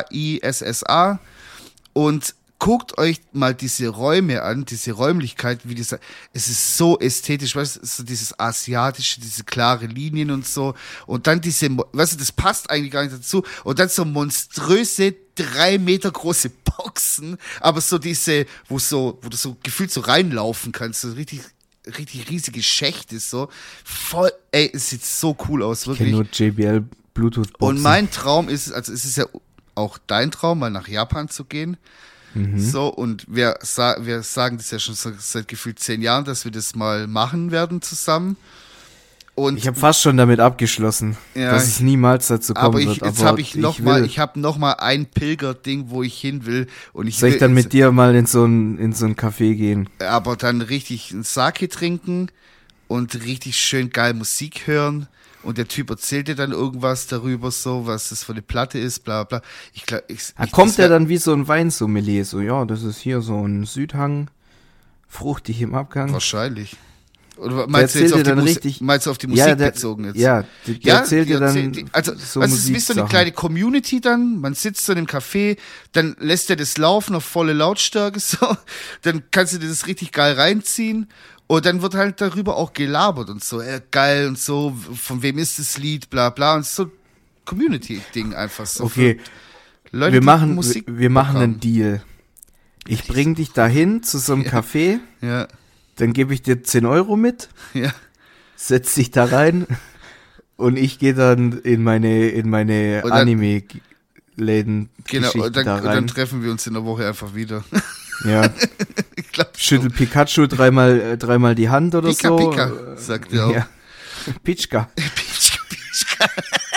Kissa, und guckt euch mal diese Räume an, diese Räumlichkeit, wie dieser, es ist so ästhetisch, weißt du, so dieses asiatische, diese klare Linien und so, und dann diese, weißt du, das passt eigentlich gar nicht dazu, und dann so monströse 3 Meter große Boxen, aber so diese, wo du so gefühlt so reinlaufen kannst, so richtig riesige Schächte, so voll, ey, es sieht so cool aus, wirklich. Ich kenn nur JBL Bluetooth Boxen. Und mein Traum ist, also es ist ja auch dein Traum, mal nach Japan zu gehen. So, und wir sagen das ja schon seit gefühlt 10 Jahren, dass wir das mal machen werden zusammen. Und ich habe fast schon damit abgeschlossen, dass es niemals dazu kommen wird. Jetzt habe ich noch mal ein Pilgerding, wo ich hin will. Und soll ich dann mit dir mal in so ein Café gehen? Aber dann richtig ein Sake trinken und richtig schön geil Musik hören und der Typ erzählt dir dann irgendwas darüber, so, was das für eine Platte ist, bla bla. Kommt der dann wie so ein Weinsommelier, so, ja, das ist hier so ein Südhang, fruchtig im Abgang. Wahrscheinlich. Oder meinst du jetzt auf die Musik bezogen jetzt? Ja, der erzählt dir dann also es ist wie so eine kleine Community dann, man sitzt so in einem Café, dann lässt er das laufen auf volle Lautstärke, so, dann kannst du dir das richtig geil reinziehen und dann wird halt darüber auch gelabert und so, geil und so, von wem ist das Lied, bla bla und so Community-Ding einfach so. Okay, Leute, wir machen einen Deal. Ich bring dich dahin zu so einem Café. Ja. Dann gebe ich dir 10 Euro mit, setz dich da rein und ich gehe dann in meine Anime-Läden. Genau, und dann treffen wir uns in der Woche einfach wieder. Ja. Ich glaub, schüttel Pikachu dreimal die Hand oder Pika, so. Pika, sagt er auch. Ja. Pitschka. Pitschka.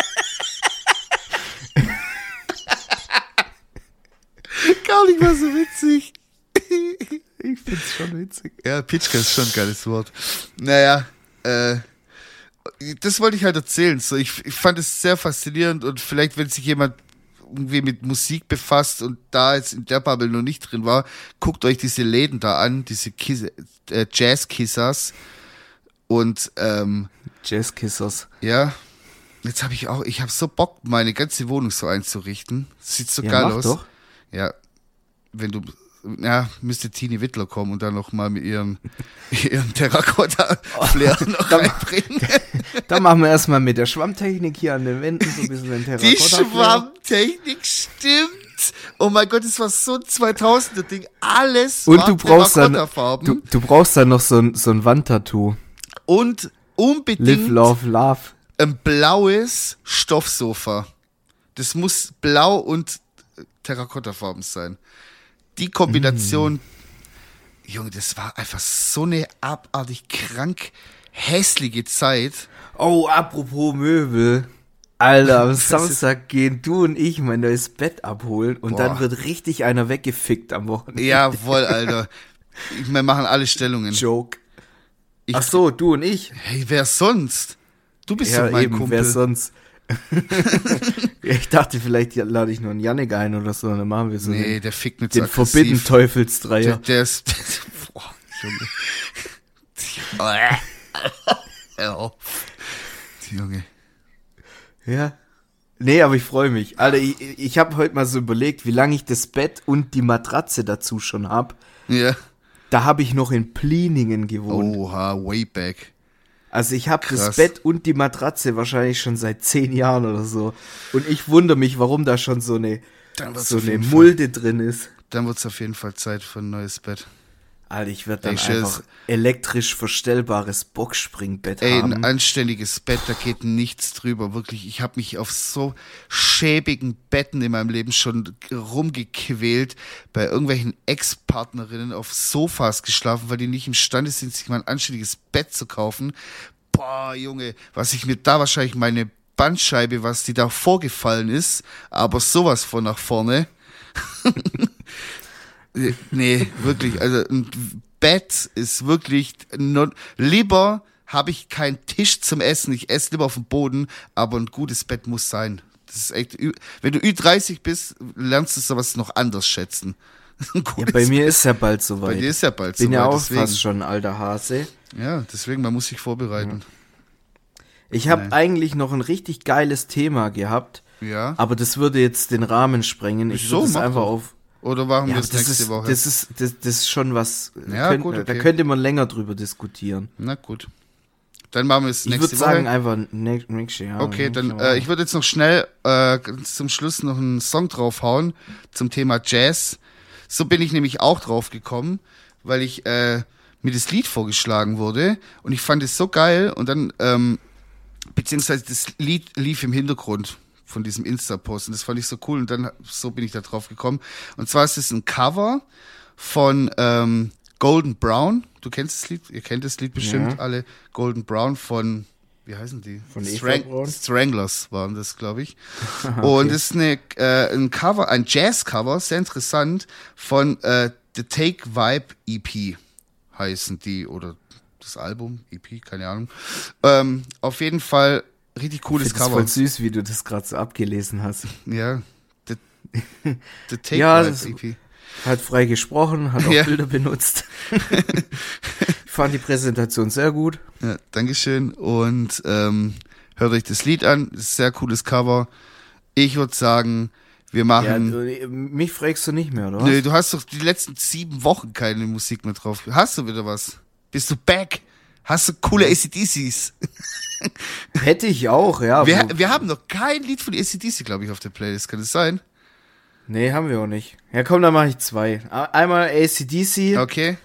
Gar nicht mal so witzig. Ich find's schon witzig. Ja, Pitschka ist schon ein geiles Wort. Naja, das wollte ich halt erzählen. So, ich fand es sehr faszinierend und vielleicht, wenn sich jemand irgendwie mit Musik befasst und da jetzt in der Bubble noch nicht drin war, guckt euch diese Läden da an, diese Jazz-Kissers und Jazz-Kissers. Ja, jetzt habe ich habe so Bock, meine ganze Wohnung so einzurichten. Sieht so geil aus. Doch. Ja, müsste Tini Wittler kommen und dann noch mal mit ihrem Terrakotta-Flair noch reinbringen. Da machen wir erstmal mit der Schwammtechnik hier an den Wänden so ein bisschen den Terrakotta. Die Schwammtechnik stimmt. Oh mein Gott, das war so ein 2000er-Ding. Alles und war du brauchst Terrakotta-Farben. Du brauchst dann noch so ein Wandtattoo. Und unbedingt Live, love, love. Ein blaues Stoffsofa. Das muss blau und Terrakotta-Farben sein. Die Kombination, Junge, das war einfach so eine abartig krank hässliche Zeit. Oh, apropos Möbel. Alter, am Samstag gehen du und ich mein neues Bett abholen und dann wird richtig einer weggefickt am Wochenende. Jawohl, Alter. Wir machen alle Stellungen. Joke. Ach so, du und ich. Hey, wer sonst? Du bist ja doch mein eben, Kumpel. Wer sonst? Ich dachte, vielleicht lade ich noch einen Jannik ein oder so, dann machen wir so der fickt mit den Forbidden Teufelsdreier. Der ist Junge. Junge. Ja. Nee, aber ich freue mich. Alter, ich habe heute mal so überlegt, wie lange ich das Bett und die Matratze dazu schon hab. Ja. Da habe ich noch in Pliningen gewohnt. Oha, way back. Also ich habe das Bett und die Matratze wahrscheinlich schon seit 10 Jahren oder so. Und ich wundere mich, warum da schon so eine Mulde drin ist. Dann wird's auf jeden Fall Zeit für ein neues Bett. Alter, ich werde dann einfach elektrisch verstellbares Boxspringbett haben. Ein anständiges Bett, da geht nichts drüber. Wirklich, ich habe mich auf so schäbigen Betten in meinem Leben schon rumgequält, bei irgendwelchen Ex-Partnerinnen auf Sofas geschlafen, weil die nicht imstande sind, sich mal ein anständiges Bett zu kaufen. Boah, Junge, was ich mir da wahrscheinlich meine Bandscheibe, was die da vorgefallen ist, aber sowas von nach vorne. Nee, wirklich, also ein Bett ist wirklich, lieber habe ich keinen Tisch zum Essen, ich esse lieber auf dem Boden, aber ein gutes Bett muss sein. Das ist echt, wenn du Ü30 bist, lernst du sowas noch anders schätzen. Ja, bei mir ist ja bald soweit. Bei dir ist ja bald soweit. Bin ja auch deswegen. Fast schon ein alter Hase. Ja, deswegen, man muss sich vorbereiten. Ich habe eigentlich noch ein richtig geiles Thema gehabt, aber das würde jetzt den Rahmen sprengen. Ich würde es einfach auf... Oder machen wir es nächste Woche? Das ist schon was, gut, okay. Da könnte man länger drüber diskutieren. Na gut. Dann machen wir es nächste Woche. Ich würde sagen, einfach nächste Jahr. Okay, dann ich würde jetzt noch schnell zum Schluss noch einen Song draufhauen zum Thema Jazz. So bin ich nämlich auch drauf gekommen, weil ich mir das Lied vorgeschlagen wurde und ich fand es so geil und dann, beziehungsweise das Lied lief im Hintergrund von diesem Insta-Post und das fand ich so cool und dann so bin ich da drauf gekommen. Und zwar ist es ein Cover von Golden Brown. Du kennst das Lied? Ihr kennt das Lied bestimmt alle. Golden Brown von, wie heißen die? Von Stranglers waren das, glaube ich. Okay. Und das ist ein Cover, ein Jazz-Cover, sehr interessant, von The Take Vibe EP heißen die, oder das Album, EP, keine Ahnung. Auf jeden Fall richtig cooles Cover. Cover. Das ist voll süß, wie du das gerade so abgelesen hast. Ja. The Take ja, Life EP. Hat frei gesprochen, hat auch Bilder benutzt. Ich fand die Präsentation sehr gut. Ja, Dankeschön. Und hört euch das Lied an. Das ist ein sehr cooles Cover. Ich würde sagen, wir machen... Ja, mich fragst du nicht mehr, oder? Nö, du hast doch die letzten 7 Wochen keine Musik mehr drauf. Hast du wieder was? Bist du back? Hast du coole AC/DCs? Hätte ich auch, ja. Wir haben noch kein Lied von AC/DC, glaube ich, auf der Playlist. Kann das sein? Nee, haben wir auch nicht. Ja, komm, dann mache ich 2. Einmal AC/DC. Okay.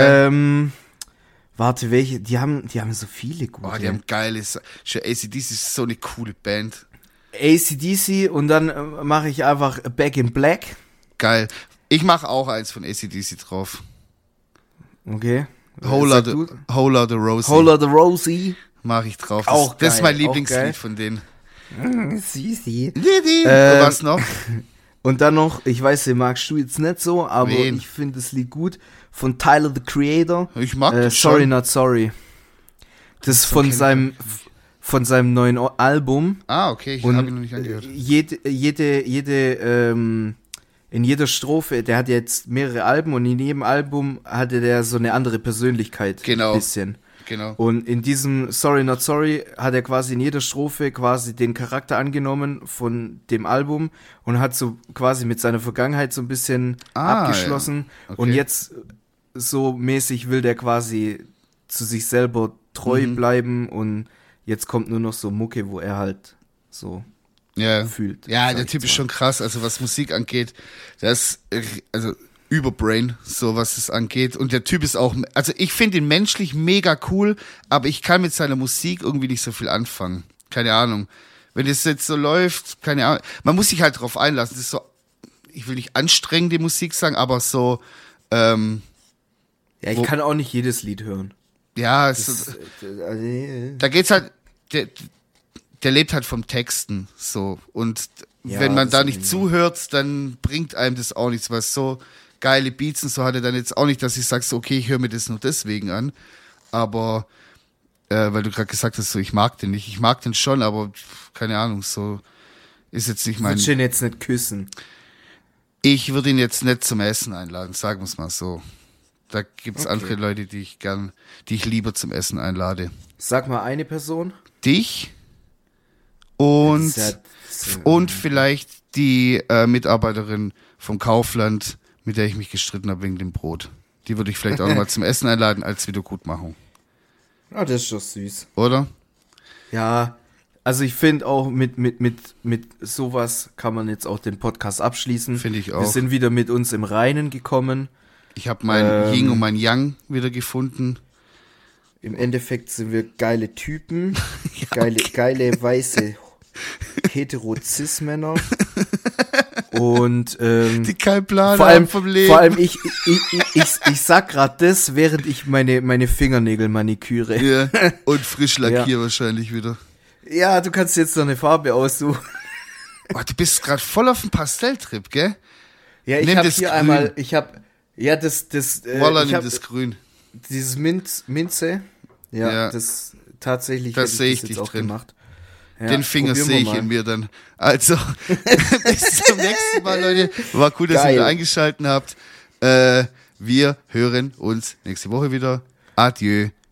Warte, welche? Die haben so viele gute. Oh, die haben geiles. AC/DC ist so eine coole Band. AC/DC und dann mache ich einfach Back in Black. Geil. Ich mache auch eins von AC/DC drauf. Okay. Hola the Rosie. Hola the Rosie. Mache ich drauf. Auch das ist mein geil, Lieblingslied von denen. Sisi. Was noch? Und dann noch, ich weiß, den magst du jetzt nicht so, aber ich finde das Lied gut, von Tyler, the Creator. Ich mag das Sorry schon. Not Sorry. Das ist von seinem neuen Album. Ah, okay, ich habe ihn noch nicht angehört. In jeder Strophe, der hat jetzt mehrere Alben und in jedem Album hatte der so eine andere Persönlichkeit. Genau. Ein bisschen. Genau. Und in diesem Sorry Not Sorry hat er quasi in jeder Strophe quasi den Charakter angenommen von dem Album und hat so quasi mit seiner Vergangenheit so ein bisschen abgeschlossen. Ja. Okay. Und jetzt so mäßig will der quasi zu sich selber treu bleiben und jetzt kommt nur noch so Mucke, wo er halt so fühlt. Ja, der Typ ist schon krass, also was Musik angeht, das also Überbrain, so was es angeht. Und der Typ ist auch, also ich finde ihn menschlich mega cool, aber ich kann mit seiner Musik irgendwie nicht so viel anfangen. Keine Ahnung. Wenn es jetzt so läuft, keine Ahnung. Man muss sich halt drauf einlassen. Das ist so, ich will nicht anstrengende Musik sagen, aber so, ja, ich kann auch nicht jedes Lied hören. Ja, da geht's halt, der lebt halt vom Texten, so. Und wenn man da nicht zuhört, dann bringt einem das auch nichts, was so geile Beats und so hat er dann jetzt auch nicht, dass ich sage so, okay, ich höre mir das nur deswegen an, aber weil du gerade gesagt hast, so ich mag den nicht, ich mag den schon, aber keine Ahnung, so ist jetzt nicht mein... Ich würde ihn jetzt nicht küssen. Ich würde ihn jetzt nicht zum Essen einladen, sagen wir es mal so. Da gibt's andere Leute, die ich lieber zum Essen einlade. Sag mal eine Person. Dich und vielleicht die Mitarbeiterin vom Kaufland, mit der ich mich gestritten habe wegen dem Brot. Die würde ich vielleicht auch nochmal zum Essen einladen als Wiedergutmachung. Ah, das ist doch süß. Oder? Ja, also ich finde auch mit sowas kann man jetzt auch den Podcast abschließen. Finde ich auch. Wir sind wieder mit uns im Reinen gekommen. Ich habe mein Yin und mein Yang wieder gefunden. Im Endeffekt sind wir geile Typen. Ja, geile weiße Hetero-Cis-Männer. Und die keinen Plan haben vom Leben. Vor allem ich sag grad das, während ich meine Fingernägel maniküre. Ja, und frisch lackiere wahrscheinlich wieder. Ja, du kannst jetzt noch eine Farbe aussuchen. Oh, du bist gerade voll auf dem Pastelltrip, gell? Ja, ich habe hier grün. Einmal, das Grün. Dieses Minze. Ja, das tatsächlich das sehe ich dich auch drin. Gemacht. Ja, den Finger sehe ich in mir dann. Also, bis zum nächsten Mal, Leute. War cool, dass ihr wieder eingeschaltet habt. Wir hören uns nächste Woche wieder. Adieu.